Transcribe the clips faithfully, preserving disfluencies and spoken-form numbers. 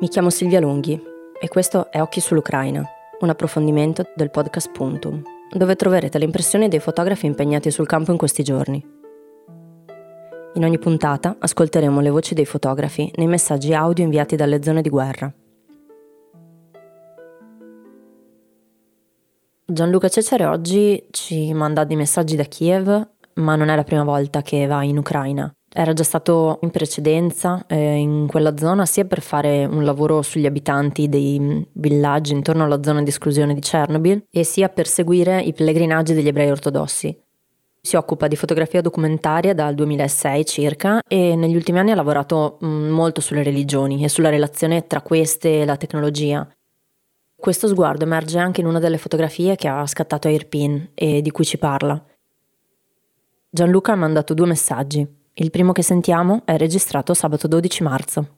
Mi chiamo Silvia Lunghi e questo è Occhi sull'Ucraina, un approfondimento del podcast Puntum, dove troverete le impressioni dei fotografi impegnati sul campo in questi giorni. In ogni puntata ascolteremo le voci dei fotografi nei messaggi audio inviati dalle zone di guerra. Gianluca Cecere oggi ci manda dei messaggi da Kiev, ma non è la prima volta che va in Ucraina. Era già stato in precedenza eh, in quella zona sia per fare un lavoro sugli abitanti dei villaggi intorno alla zona di esclusione di Chernobyl e sia per seguire i pellegrinaggi degli ebrei ortodossi. Si occupa di fotografia documentaria dal duemilasei circa e negli ultimi anni ha lavorato mh, molto sulle religioni e sulla relazione tra queste e la tecnologia. Questo sguardo emerge anche in una delle fotografie che ha scattato a Irpin e di cui ci parla. Gianluca ha mandato due messaggi. Il primo che sentiamo è registrato sabato dodici marzo.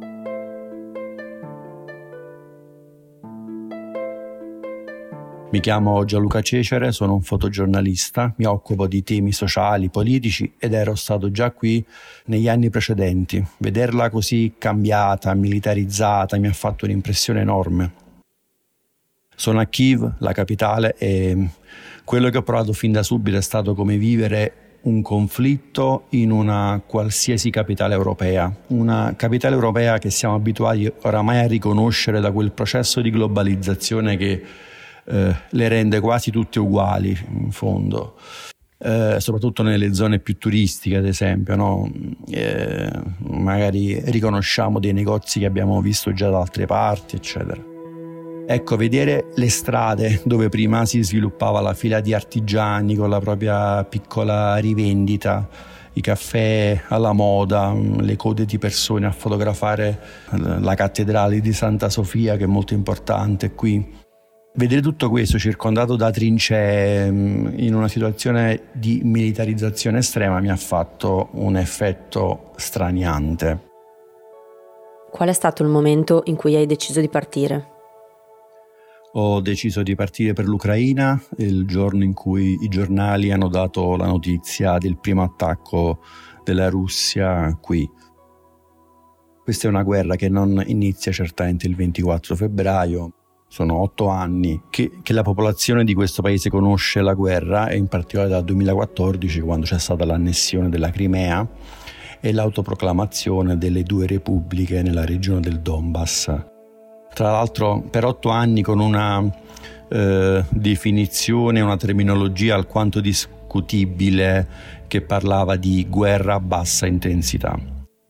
Mi chiamo Gianluca Cecere, sono un fotogiornalista, mi occupo di temi sociali, politici ed ero stato già qui negli anni precedenti. Vederla così cambiata, militarizzata, mi ha fatto un'impressione enorme. Sono a Kiev, la capitale, e quello che ho provato fin da subito è stato come vivere un conflitto in una qualsiasi capitale europea, una capitale europea che siamo abituati oramai a riconoscere da quel processo di globalizzazione che eh, le rende quasi tutte uguali in fondo, eh, soprattutto nelle zone più turistiche ad esempio, no? Eh, magari riconosciamo dei negozi che abbiamo visto già da altre parti, eccetera. Ecco, vedere le strade dove prima si sviluppava la fila di artigiani con la propria piccola rivendita, i caffè alla moda, le code di persone a fotografare la cattedrale di Santa Sofia, che è molto importante qui. Vedere tutto questo circondato da trincee in una situazione di militarizzazione estrema mi ha fatto un effetto straniante. Qual è stato il momento in cui hai deciso di partire? Ho deciso di partire per l'Ucraina il giorno in cui i giornali hanno dato la notizia del primo attacco della Russia qui. Questa è una guerra che non inizia certamente il ventiquattro febbraio. Sono otto anni che, che la popolazione di questo paese conosce la guerra, e in particolare dal duemilaquattordici, quando c'è stata l'annessione della Crimea e l'autoproclamazione delle due repubbliche nella regione del Donbass. Tra l'altro per otto anni con una eh, definizione, una terminologia alquanto discutibile che parlava di guerra a bassa intensità.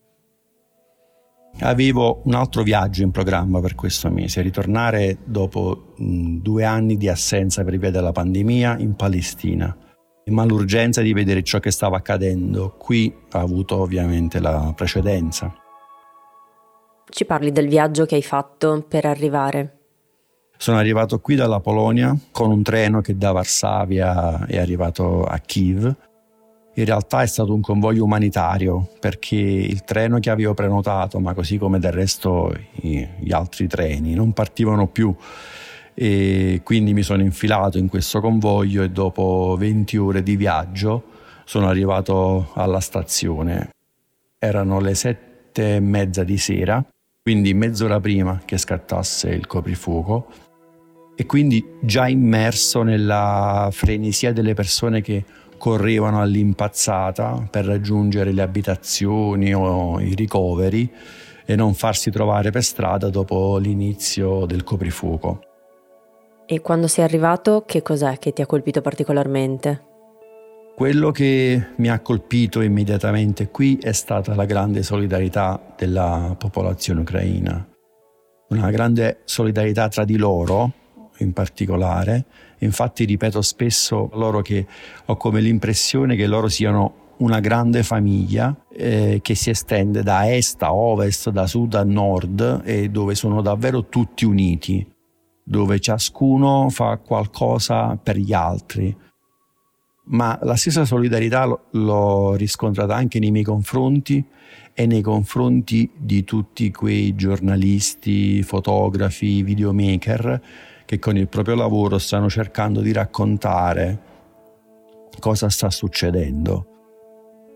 Avevo un altro viaggio in programma per questo mese, ritornare dopo mh, due anni di assenza per via della pandemia in Palestina, ma l'urgenza di vedere ciò che stava accadendo qui ha avuto ovviamente la precedenza. Ci parli del viaggio che hai fatto per arrivare? Sono arrivato qui dalla Polonia con un treno che da Varsavia è arrivato a Kiev. In realtà è stato un convoglio umanitario, perché il treno che avevo prenotato, ma così come del resto gli altri treni, non partivano più, e quindi mi sono infilato in questo convoglio e dopo venti ore di viaggio sono arrivato alla stazione. Erano le sette e mezza di sera, quindi mezz'ora prima che scattasse il coprifuoco, e quindi già immerso nella frenesia delle persone che correvano all'impazzata per raggiungere le abitazioni o i ricoveri e non farsi trovare per strada dopo l'inizio del coprifuoco. E quando sei arrivato, che cos'è che ti ha colpito particolarmente? Quello che mi ha colpito immediatamente qui è stata la grande solidarietà della popolazione ucraina, una grande solidarietà tra di loro in particolare. Infatti ripeto spesso a loro che ho come l'impressione che loro siano una grande famiglia eh, che si estende da est a ovest, da sud a nord, e dove sono davvero tutti uniti, dove ciascuno fa qualcosa per gli altri. Ma la stessa solidarietà l'ho riscontrata anche nei miei confronti e nei confronti di tutti quei giornalisti, fotografi, videomaker che con il proprio lavoro stanno cercando di raccontare cosa sta succedendo.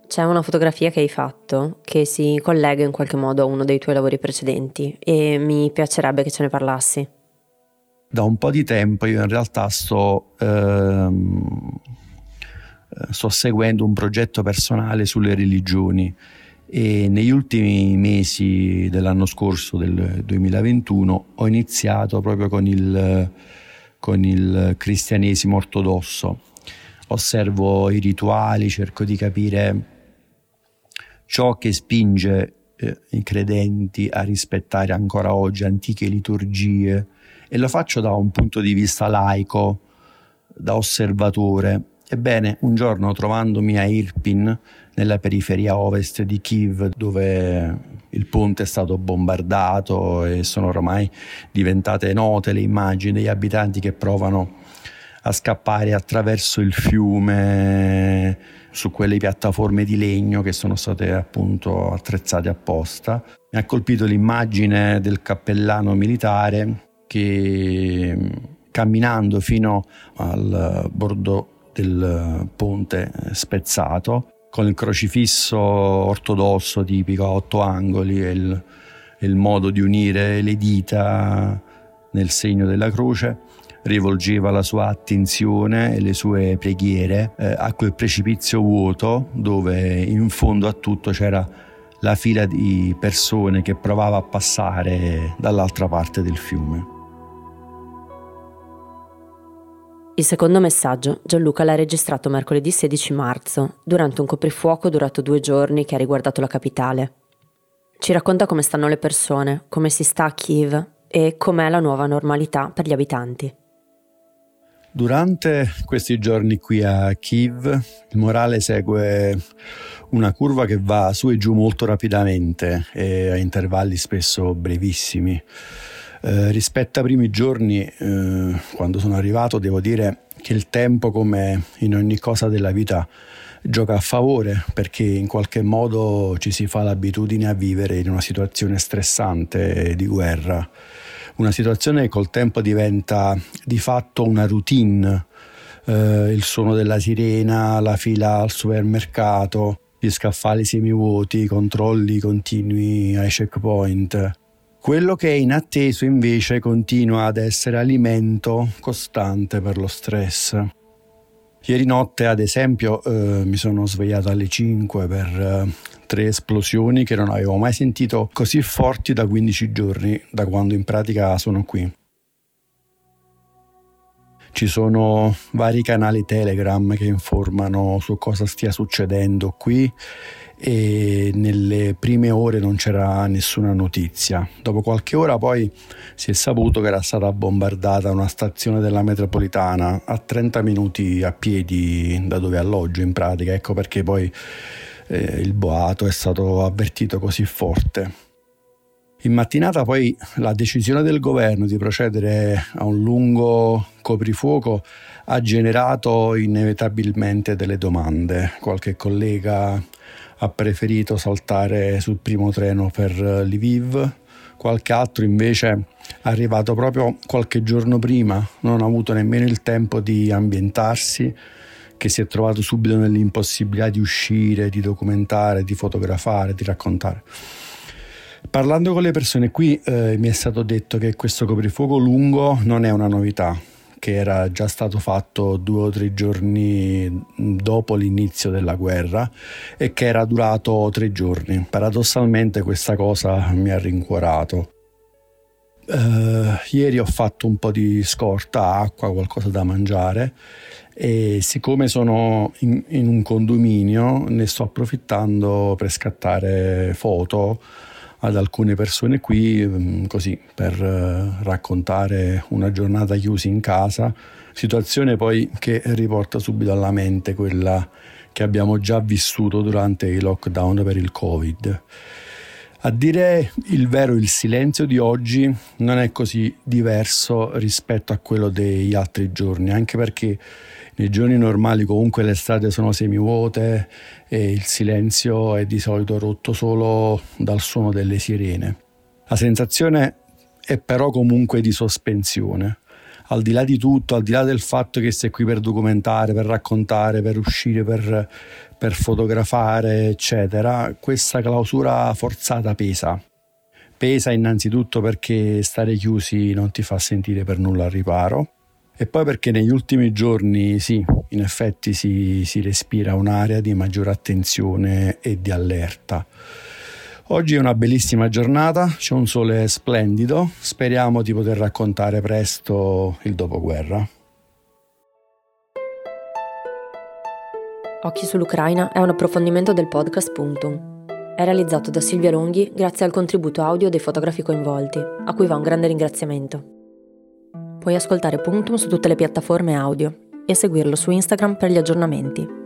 C'è una fotografia che hai fatto che si collega in qualche modo a uno dei tuoi lavori precedenti e mi piacerebbe che ce ne parlassi. Da un po' di tempo io in realtà sto, ehm, sto seguendo un progetto personale sulle religioni e negli ultimi mesi dell'anno scorso, del duemilaventuno, ho iniziato proprio con il, con il cristianesimo ortodosso. Osservo i rituali, cerco di capire ciò che spinge eh, i credenti a rispettare ancora oggi antiche liturgie, e lo faccio da un punto di vista laico, da osservatore. Ebbene, un giorno, trovandomi a Irpin, nella periferia ovest di Kiev, dove il ponte è stato bombardato e sono ormai diventate note le immagini degli abitanti che provano a scappare attraverso il fiume su quelle piattaforme di legno che sono state appunto attrezzate apposta, mi ha colpito l'immagine del cappellano militare che, camminando fino al bordo del ponte spezzato, con il crocifisso ortodosso tipico a otto angoli e il, il modo di unire le dita nel segno della croce, rivolgeva la sua attenzione e le sue preghiere eh, a quel precipizio vuoto dove in fondo a tutto c'era la fila di persone che provava a passare dall'altra parte del fiume. Il secondo messaggio Gianluca l'ha registrato mercoledì sedici marzo, durante un coprifuoco durato due giorni che ha riguardato la capitale. Ci racconta come stanno le persone, come si sta a Kiev e com'è la nuova normalità per gli abitanti. Durante questi giorni qui a Kiev il morale segue una curva che va su e giù molto rapidamente e a intervalli spesso brevissimi. Eh, rispetto ai primi giorni, eh, quando sono arrivato, devo dire che il tempo, come in ogni cosa della vita, gioca a favore, perché in qualche modo ci si fa l'abitudine a vivere in una situazione stressante di guerra. Una situazione che col tempo diventa di fatto una routine, eh, il suono della sirena, la fila al supermercato, gli scaffali semivuoti, i controlli continui ai checkpoint. Quello che è inatteso invece continua ad essere alimento costante per lo stress. Ieri notte, ad esempio, eh, mi sono svegliato alle cinque per eh, tre esplosioni che non avevo mai sentito così forti da quindici giorni, da quando in pratica sono qui. Ci sono vari canali Telegram che informano su cosa stia succedendo qui e nelle prime ore non c'era nessuna notizia. Dopo qualche ora poi si è saputo che era stata bombardata una stazione della metropolitana a trenta minuti a piedi da dove alloggio in pratica. Ecco perché poi eh, il boato è stato avvertito così forte. In mattinata poi la decisione del governo di procedere a un lungo coprifuoco ha generato inevitabilmente delle domande. Qualche collega ha preferito saltare sul primo treno per Lviv, qualche altro invece è arrivato proprio qualche giorno prima, non ha avuto nemmeno il tempo di ambientarsi, che si è trovato subito nell'impossibilità di uscire, di documentare, di fotografare, di raccontare. Parlando con le persone qui eh, mi è stato detto che questo coprifuoco lungo non è una novità, che era già stato fatto due o tre giorni dopo l'inizio della guerra e che era durato tre giorni. Paradossalmente questa cosa mi ha rincuorato. Uh, ieri ho fatto un po' di scorta, acqua, qualcosa da mangiare, e siccome sono in, in un condominio ne sto approfittando per scattare foto ad alcune persone qui, così per raccontare una giornata chiusi in casa, situazione poi che riporta subito alla mente quella che abbiamo già vissuto durante i lockdown per il Covid. A dire il vero, il silenzio di oggi non è così diverso rispetto a quello degli altri giorni, anche perché nei giorni normali comunque le strade sono semivuote e il silenzio è di solito rotto solo dal suono delle sirene. La sensazione è però comunque di sospensione. al di là di tutto, al di là del fatto che sei qui per documentare, per raccontare, per uscire, per, per fotografare, eccetera, questa clausura forzata pesa. Pesa innanzitutto perché stare chiusi non ti fa sentire per nulla al riparo, e poi perché negli ultimi giorni sì, in effetti si, si respira un'area di maggiore attenzione e di allerta. Oggi è una bellissima giornata, c'è un sole splendido, speriamo di poter raccontare presto il dopoguerra. Occhi sull'Ucraina è un approfondimento del podcast Punctum. È realizzato da Silvia Longhi grazie al contributo audio dei fotografi coinvolti, a cui va un grande ringraziamento. Puoi ascoltare Punctum su tutte le piattaforme audio e seguirlo su Instagram per gli aggiornamenti.